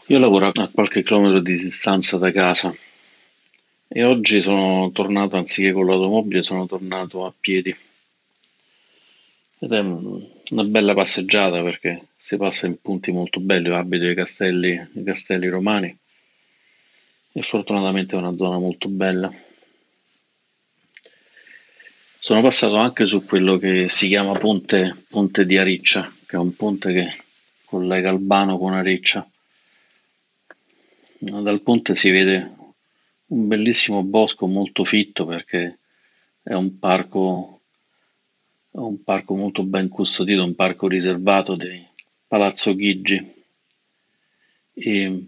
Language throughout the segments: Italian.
Io lavoro a qualche chilometro di distanza da casa e oggi sono tornato, anziché con l'automobile, sono tornato a piedi. Ed è una bella passeggiata perché si passa in punti molto belli. Io abito i castelli romani e fortunatamente è una zona molto bella. Sono passato anche su quello che si chiama Ponte di Ariccia, che è un ponte che collega Albano con Ariccia. Dal ponte si vede un bellissimo bosco molto fitto perché è è un parco molto ben custodito, un parco riservato di Palazzo Chigi. E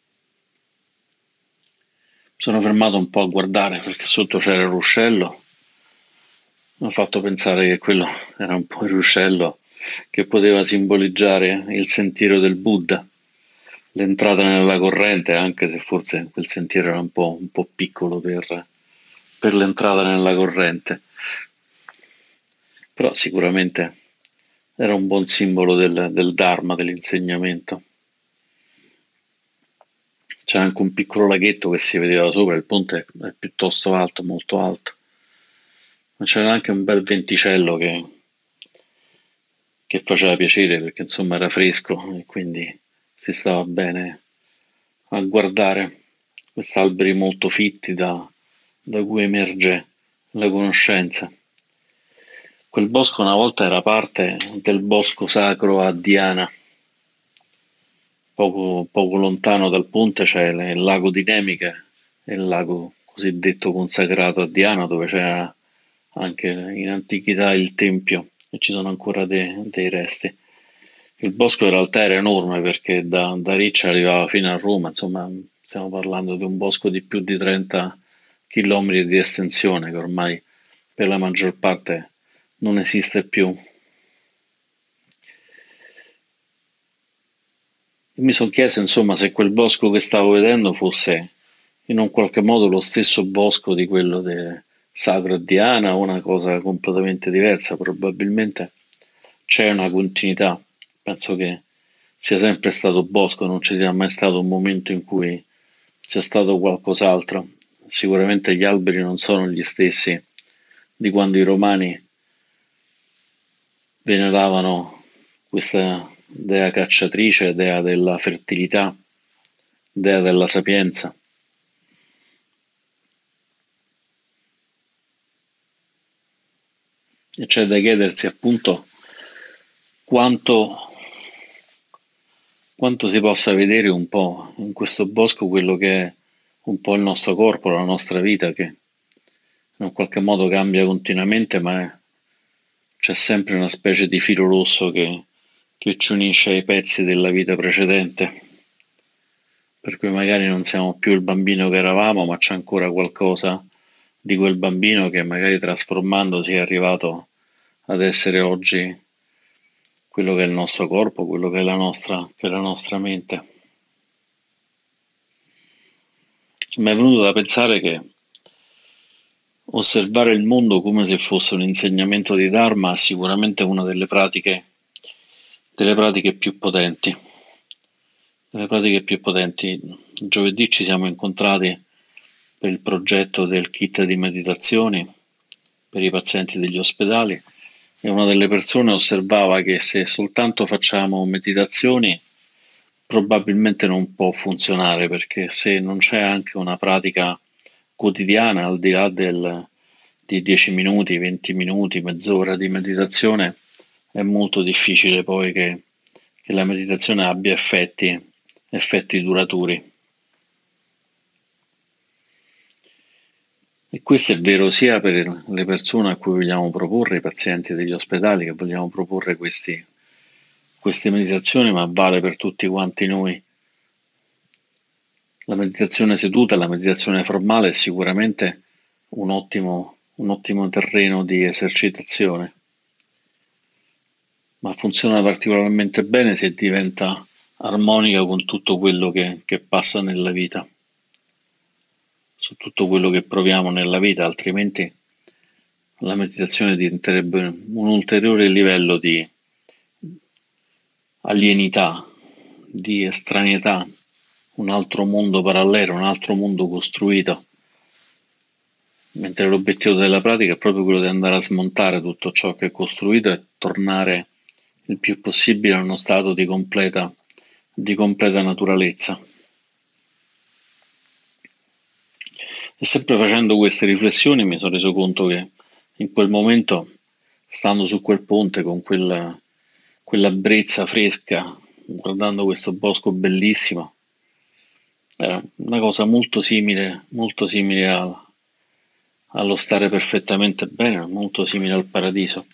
sono fermato un po' a guardare perché sotto c'era il ruscello. Mi ha fatto pensare che quello era un po' il ruscello che poteva simboleggiare il sentiero del Buddha, l'entrata nella corrente, anche se forse quel sentiero era un po' piccolo per l'entrata nella corrente, però sicuramente era un buon simbolo del Dharma, dell'insegnamento. C'è anche un piccolo laghetto che si vedeva sopra, il ponte è piuttosto alto, molto alto, ma c'era anche un bel venticello che faceva piacere perché insomma era fresco e quindi si stava bene a guardare questi alberi molto fitti da cui emerge la conoscenza. Quel bosco una volta era parte del bosco sacro a Diana. Poco lontano dal ponte c'è il lago di Nemiche, è il lago cosiddetto consacrato a Diana, dove c'era anche in antichità il tempio e ci sono ancora dei resti. Il bosco in realtà era enorme perché da Riccia arrivava fino a Roma, insomma stiamo parlando di un bosco di più di 30 chilometri di estensione che ormai per la maggior parte non esiste più. Mi son chiesto insomma se quel bosco che stavo vedendo fosse in un qualche modo lo stesso bosco di quello Sacro a Diana o una cosa completamente diversa. Probabilmente c'è una continuità. Penso che sia sempre stato bosco, non ci sia mai stato un momento in cui sia stato qualcos'altro. Sicuramente gli alberi non sono gli stessi di quando i romani veneravano questa dea cacciatrice, dea della fertilità, dea della sapienza. E c'è da chiedersi appunto quanto, quanto si possa vedere un po' in questo bosco quello che è un po' il nostro corpo, la nostra vita, che in qualche modo cambia continuamente, ma c'è sempre una specie di filo rosso che ci unisce ai pezzi della vita precedente. Per cui magari non siamo più il bambino che eravamo, ma c'è ancora qualcosa di quel bambino che magari trasformandosi è arrivato ad essere oggi quello che è il nostro corpo, quello che è la nostra mente. Mi è venuto da pensare che osservare il mondo come se fosse un insegnamento di Dharma è sicuramente una delle pratiche più potenti. Delle pratiche più potenti. Giovedì ci siamo incontrati per il progetto del kit di meditazioni per i pazienti degli ospedali e una delle persone osservava che se soltanto facciamo meditazioni probabilmente non può funzionare perché se non c'è anche una pratica quotidiana al di là di 10 minuti, 20 minuti, mezz'ora di meditazione è molto difficile poi che la meditazione abbia effetti duraturi. E questo è vero sia per le persone a cui vogliamo proporre, i pazienti degli ospedali, che vogliamo proporre queste meditazioni, ma vale per tutti quanti noi. La meditazione seduta, la meditazione formale è sicuramente un ottimo terreno di esercitazione, ma funziona particolarmente bene se diventa armonica con tutto quello che passa nella vita, su tutto quello che proviamo nella vita, altrimenti la meditazione diventerebbe un ulteriore livello di alienità, di estraneità un altro mondo parallelo, un altro mondo costruito, mentre l'obiettivo della pratica è proprio quello di andare a smontare tutto ciò che è costruito e tornare il più possibile a uno stato di completa naturalezza. E sempre facendo queste riflessioni mi sono reso conto che in quel momento, stando su quel ponte con quella brezza fresca, guardando questo bosco bellissimo, era una cosa molto simile allo stare perfettamente bene, molto simile al paradiso.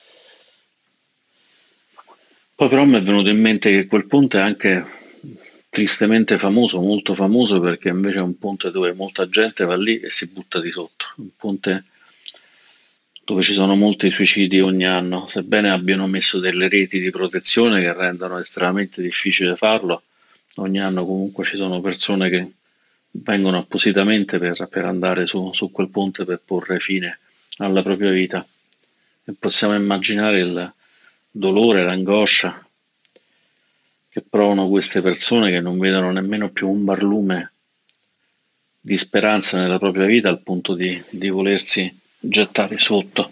Poi però mi è venuto in mente che quel ponte è anche tristemente famoso, molto famoso, perché invece è un ponte dove molta gente va lì e si butta di sotto. Un ponte dove ci sono molti suicidi ogni anno, sebbene abbiano messo delle reti di protezione che rendono estremamente difficile farlo. Ogni anno comunque ci sono persone che vengono appositamente per andare su quel ponte per porre fine alla propria vita. E possiamo immaginare il dolore, l'angoscia che provano queste persone che non vedono nemmeno più un barlume di speranza nella propria vita al punto di volersi gettare sotto.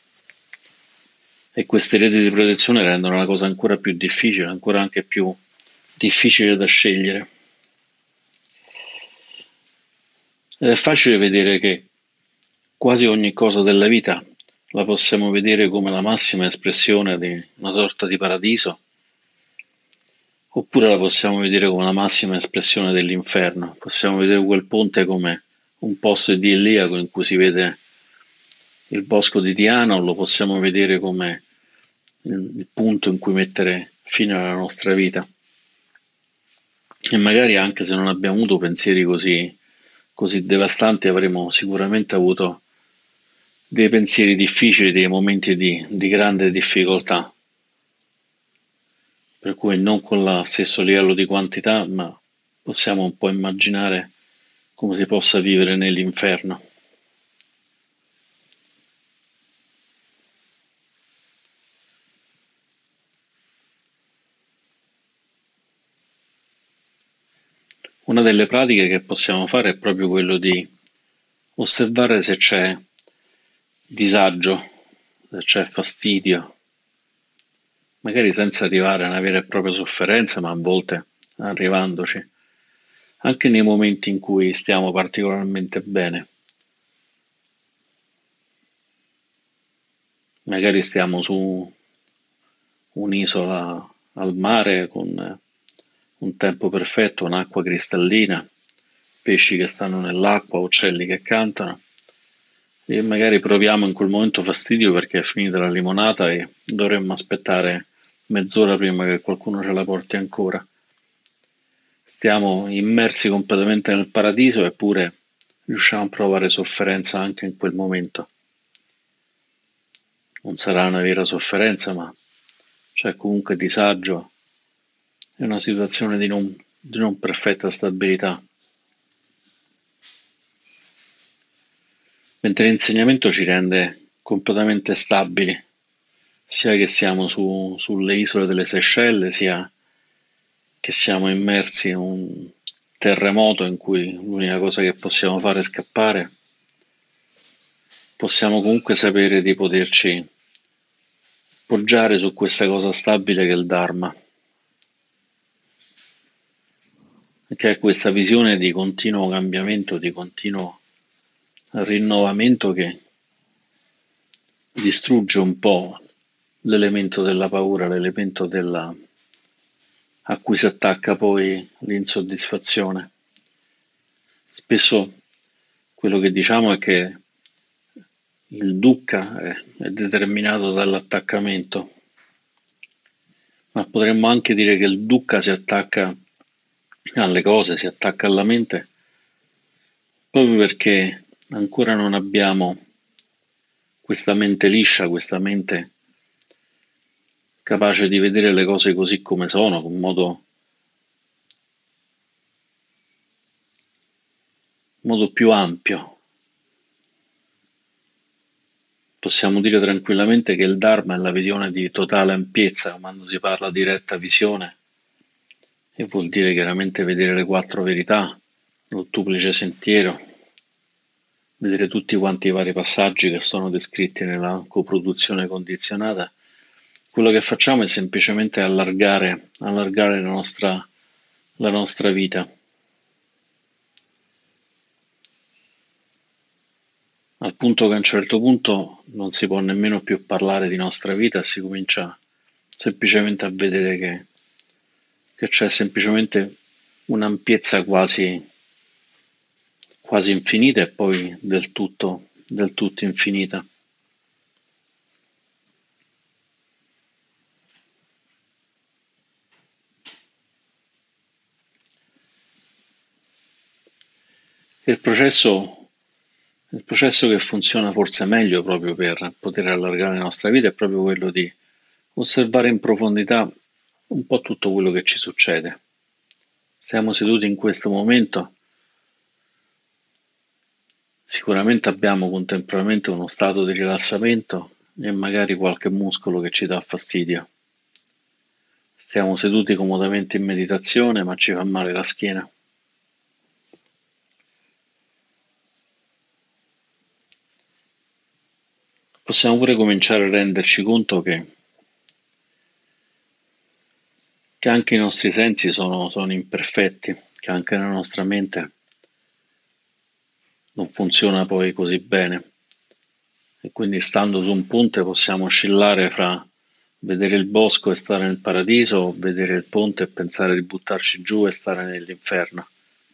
E queste reti di protezione rendono la cosa ancora più difficile, ancora anche più difficile da scegliere. Ed è facile vedere che quasi ogni cosa della vita la possiamo vedere come la massima espressione di una sorta di paradiso, oppure la possiamo vedere come la massima espressione dell'inferno. Possiamo vedere quel ponte come un posto idilliaco in cui si vede il bosco di Diana, o lo possiamo vedere come il punto in cui mettere fine alla nostra vita. E magari anche se non abbiamo avuto pensieri così devastanti, avremo sicuramente avuto dei pensieri difficili, dei momenti di grande difficoltà, per cui non con lo stesso livello di quantità, ma possiamo un po' immaginare come si possa vivere nell'inferno. Una delle pratiche che possiamo fare è proprio quello di osservare se c'è disagio, se c'è fastidio, magari senza arrivare a una vera e propria sofferenza, ma a volte arrivandoci, anche nei momenti in cui stiamo particolarmente bene. Magari stiamo su un'isola al mare con un tempo perfetto, un'acqua cristallina, pesci che stanno nell'acqua, uccelli che cantano, e magari proviamo in quel momento fastidio perché è finita la limonata e dovremmo aspettare mezz'ora prima che qualcuno ce la porti ancora. Stiamo immersi completamente nel paradiso, eppure riusciamo a provare sofferenza anche in quel momento. Non sarà una vera sofferenza, ma c'è comunque disagio e una situazione di non perfetta stabilità. Mentre l'insegnamento ci rende completamente stabili, sia che siamo sulle isole delle Seychelles, sia che siamo immersi in un terremoto in cui l'unica cosa che possiamo fare è scappare, possiamo comunque sapere di poterci poggiare su questa cosa stabile che è il Dharma, che è questa visione di continuo cambiamento, di continuo rinnovamento che distrugge un po' l'elemento della paura, l'elemento a cui si attacca poi l'insoddisfazione. Spesso quello che diciamo è che il dukkha è determinato dall'attaccamento, ma potremmo anche dire che il dukkha si attacca alle cose, si attacca alla mente, proprio perché ancora non abbiamo questa mente liscia, questa mente capace di vedere le cose così come sono, in modo più ampio. Possiamo dire tranquillamente che il Dharma è la visione di totale ampiezza, quando si parla di retta visione, e vuol dire chiaramente vedere le quattro verità, l'ottuplice sentiero, vedere tutti quanti i vari passaggi che sono descritti nella coproduzione condizionata. Quello che facciamo è semplicemente allargare la nostra vita, al punto che a un certo punto non si può nemmeno più parlare di nostra vita, si comincia semplicemente a vedere che c'è semplicemente un'ampiezza quasi infinita e poi del tutto infinita. Il processo, il processo che funziona forse meglio proprio per poter allargare la nostra vita è proprio quello di osservare in profondità un po' tutto quello che ci succede. Siamo seduti in questo momento, sicuramente abbiamo contemporaneamente uno stato di rilassamento e magari qualche muscolo che ci dà fastidio. Stiamo seduti comodamente in meditazione, ma ci fa male la schiena. Possiamo pure cominciare a renderci conto che anche i nostri sensi sono imperfetti, che anche la nostra mente non funziona poi così bene e quindi stando su un ponte possiamo oscillare fra vedere il bosco e stare nel paradiso o vedere il ponte e pensare di buttarci giù e stare nell'inferno.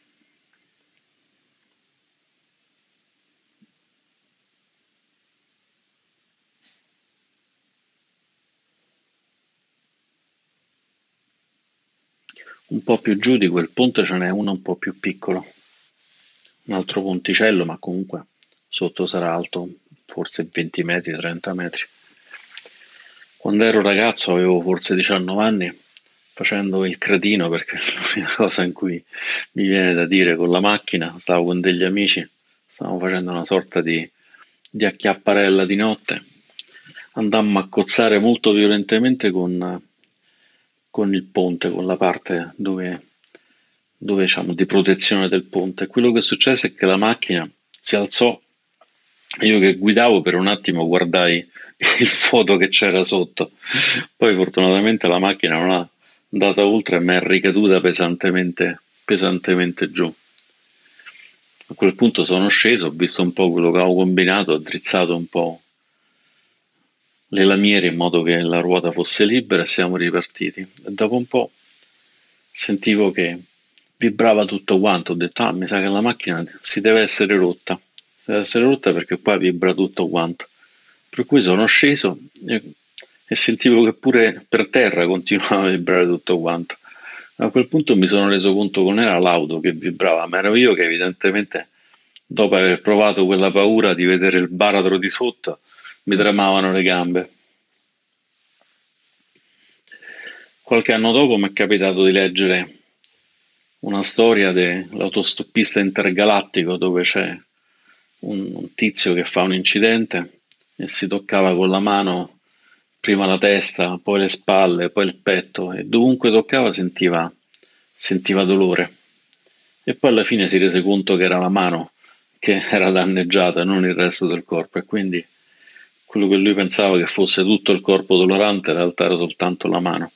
Un po' più giù di quel ponte ce n'è uno un po' più piccolo, un altro ponticello, ma comunque sotto sarà alto forse 20 metri, 30 metri. Quando ero ragazzo avevo forse 19 anni, facendo il cretino perché è l'unica cosa in cui mi viene da dire con la macchina, stavo con degli amici, stavamo facendo una sorta di acchiapparella di notte, andammo a cozzare molto violentemente con il ponte, con la parte dove diciamo di protezione del ponte. Quello che successe è che la macchina si alzò e io che guidavo per un attimo guardai il vuoto che c'era sotto. Poi fortunatamente la macchina non è andata oltre ma è ricaduta pesantemente giù. A quel punto sono sceso, ho visto un po' quello che avevo combinato, ho drizzato un po' le lamiere in modo che la ruota fosse libera e siamo ripartiti. E dopo un po' sentivo che vibrava tutto quanto, ho detto, ah, mi sa che la macchina si deve essere rotta. Si deve essere rotta perché qua vibra tutto quanto. Per cui sono sceso e sentivo che pure per terra continuava a vibrare tutto quanto. A quel punto mi sono reso conto che non era l'auto che vibrava, ma ero io che evidentemente, dopo aver provato quella paura di vedere il baratro di sotto, mi tremavano le gambe. Qualche anno dopo mi è capitato di leggere una storia dell'autostoppista intergalattico dove c'è un tizio che fa un incidente e si toccava con la mano prima la testa, poi le spalle, poi il petto e dovunque toccava sentiva dolore. E poi alla fine si rese conto che era la mano che era danneggiata, non il resto del corpo, e quindi quello che lui pensava che fosse tutto il corpo dolorante in realtà era soltanto la mano.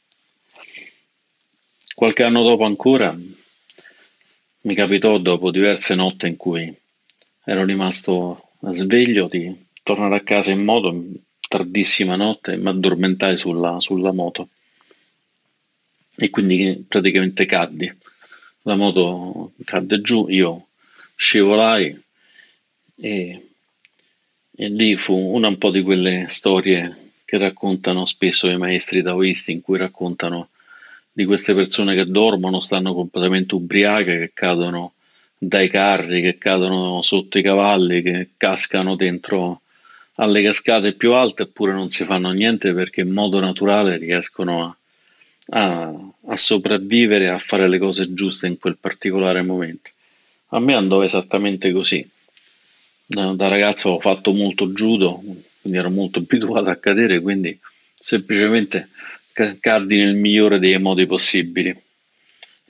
Qualche anno dopo ancora mi capitò, dopo diverse notti in cui ero rimasto sveglio, di tornare a casa in moto, tardissima notte, e mi addormentai sulla moto e quindi praticamente caddi. La moto cadde giù, io scivolai e, e lì fu una un po' di quelle storie che raccontano spesso i maestri taoisti, in cui raccontano di queste persone che dormono, stanno completamente ubriache, che cadono dai carri, che cadono sotto i cavalli, che cascano dentro alle cascate più alte eppure non si fanno niente perché in modo naturale riescono a sopravvivere e a fare le cose giuste in quel particolare momento. A me andò esattamente così. Da ragazzo ho fatto molto judo, quindi ero molto abituato a cadere, quindi semplicemente caddi nel migliore dei modi possibili.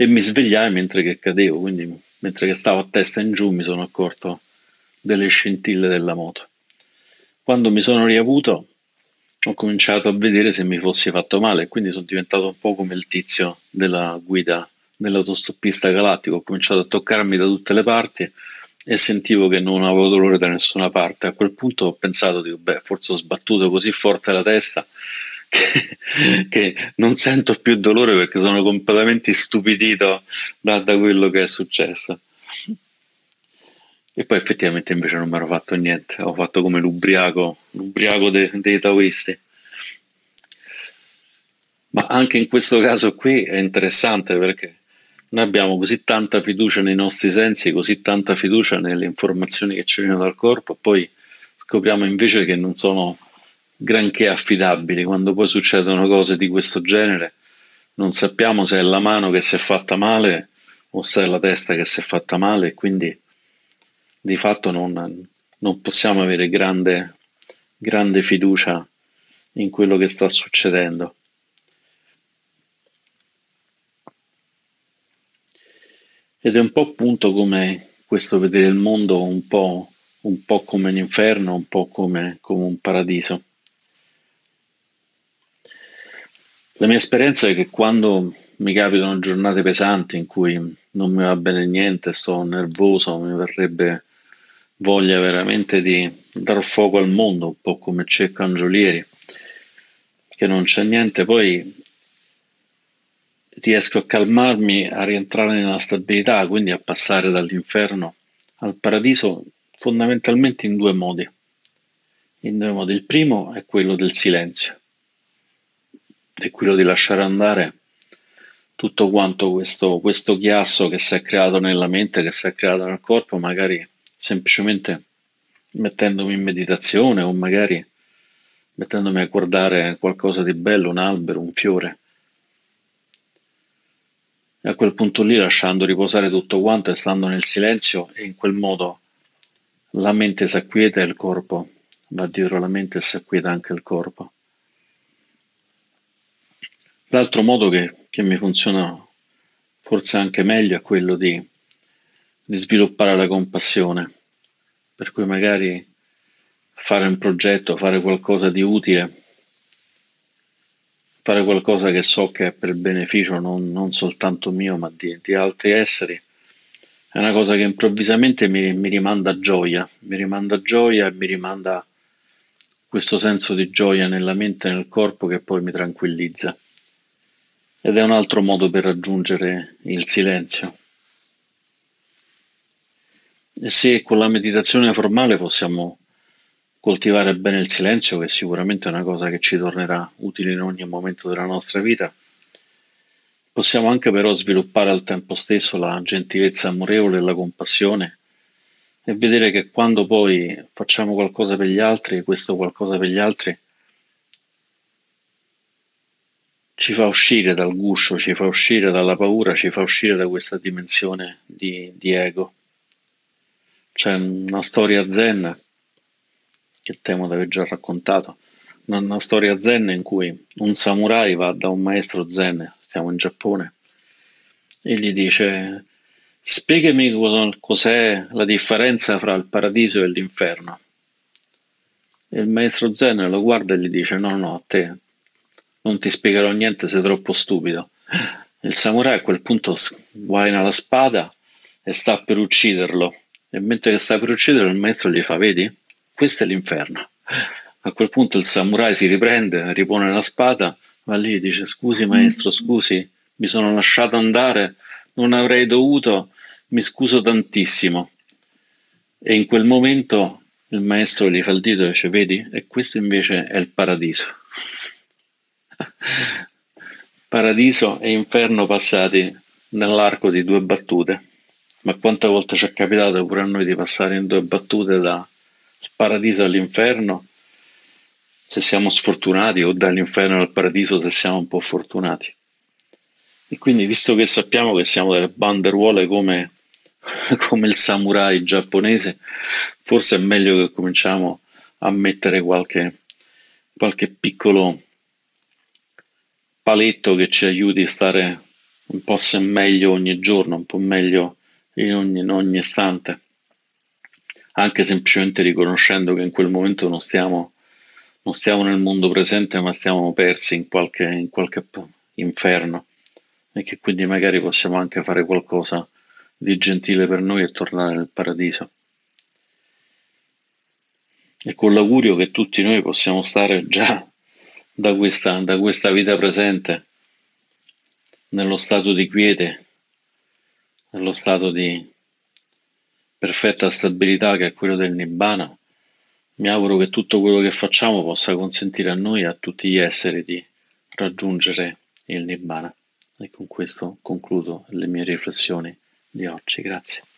e mi svegliai mentre che cadevo, quindi mentre che stavo a testa in giù mi sono accorto delle scintille della moto. Quando mi sono riavuto ho cominciato a vedere se mi fossi fatto male, quindi sono diventato un po' come il tizio della guida dell'autostoppista galattico, ho cominciato a toccarmi da tutte le parti e sentivo che non avevo dolore da nessuna parte. A quel punto ho pensato, dico, beh, forse ho sbattuto così forte la testa che non sento più dolore perché sono completamente istupidito da quello che è successo. E poi effettivamente invece non mi ero fatto niente, ho fatto come l'ubriaco dei taoisti. Ma anche in questo caso qui è interessante perché noi abbiamo così tanta fiducia nei nostri sensi, così tanta fiducia nelle informazioni che ci vengono dal corpo, poi scopriamo invece che non sono granché affidabili. Quando poi succedono cose di questo genere, non sappiamo se è la mano che si è fatta male o se è la testa che si è fatta male, e quindi di fatto non possiamo avere grande fiducia in quello che sta succedendo. Ed è un po' appunto come questo vedere il mondo un po' come un inferno, un po' come un paradiso. La mia esperienza è che quando mi capitano giornate pesanti in cui non mi va bene niente, sto nervoso, mi verrebbe voglia veramente di dar fuoco al mondo, un po' come Cecco Angiolieri, che non c'è niente, poi riesco a calmarmi, a rientrare nella stabilità, quindi a passare dall'inferno al paradiso fondamentalmente in due modi. In due modi. Il primo è quello del silenzio, è quello di lasciare andare tutto quanto questo chiasso che si è creato nella mente, che si è creato nel corpo, magari semplicemente mettendomi in meditazione o magari mettendomi a guardare qualcosa di bello, un albero, un fiore. E a quel punto lì, lasciando riposare tutto quanto e stando nel silenzio, e in quel modo la mente si acquieta e il corpo va dietro la mente e si acquieta anche il corpo. L'altro modo che mi funziona forse anche meglio è quello di sviluppare la compassione, per cui magari fare un progetto, fare qualcosa di utile, fare qualcosa che so che è per il beneficio non soltanto mio ma di altri esseri, è una cosa che improvvisamente mi rimanda gioia e mi rimanda questo senso di gioia nella mente e nel corpo che poi mi tranquillizza. Ed è un altro modo per raggiungere il silenzio. E se con la meditazione formale possiamo coltivare bene il silenzio, che sicuramente è una cosa che ci tornerà utile in ogni momento della nostra vita, possiamo anche però sviluppare al tempo stesso la gentilezza amorevole e la compassione e vedere che quando poi facciamo qualcosa per gli altri, questo qualcosa per gli altri ci fa uscire dal guscio, ci fa uscire dalla paura, ci fa uscire da questa dimensione di ego. C'è una storia zen che temo di aver già raccontato, una storia zen in cui un samurai va da un maestro zen, siamo in Giappone, e gli dice: spiegami cos'è la differenza fra il paradiso e l'inferno. E il maestro zen lo guarda e gli dice: no, no, a te non ti spiegherò niente, sei troppo stupido. Il samurai a quel punto sguaina la spada e sta per ucciderlo. E mentre che sta per ucciderlo, il maestro gli fa: vedi? Questo è l'inferno. A quel punto il samurai si riprende, ripone la spada, va lì e dice: scusi maestro, scusi, mi sono lasciato andare, non avrei dovuto, mi scuso tantissimo. E in quel momento il maestro gli fa il dito e dice: vedi? E questo invece è il paradiso. Paradiso e inferno passati nell'arco di due battute. Ma quante volte ci è capitato pure a noi di passare in due battute dal paradiso all'inferno, se siamo sfortunati, o dall'inferno al paradiso se siamo un po' fortunati. E quindi, visto che sappiamo che siamo delle banderuole come il samurai giapponese, forse è meglio che cominciamo a mettere qualche piccolo paletto che ci aiuti a stare un po' se meglio ogni giorno, un po' meglio in ogni istante, anche semplicemente riconoscendo che in quel momento non stiamo nel mondo presente, ma stiamo persi in qualche inferno e che quindi magari possiamo anche fare qualcosa di gentile per noi e tornare nel paradiso. E con l'augurio che tutti noi possiamo stare già da questa vita presente nello stato di quiete, nello stato di perfetta stabilità che è quello del Nibbana. Mi auguro che tutto quello che facciamo possa consentire a noi e a tutti gli esseri di raggiungere il Nibbana. E con questo concludo le mie riflessioni di oggi. Grazie.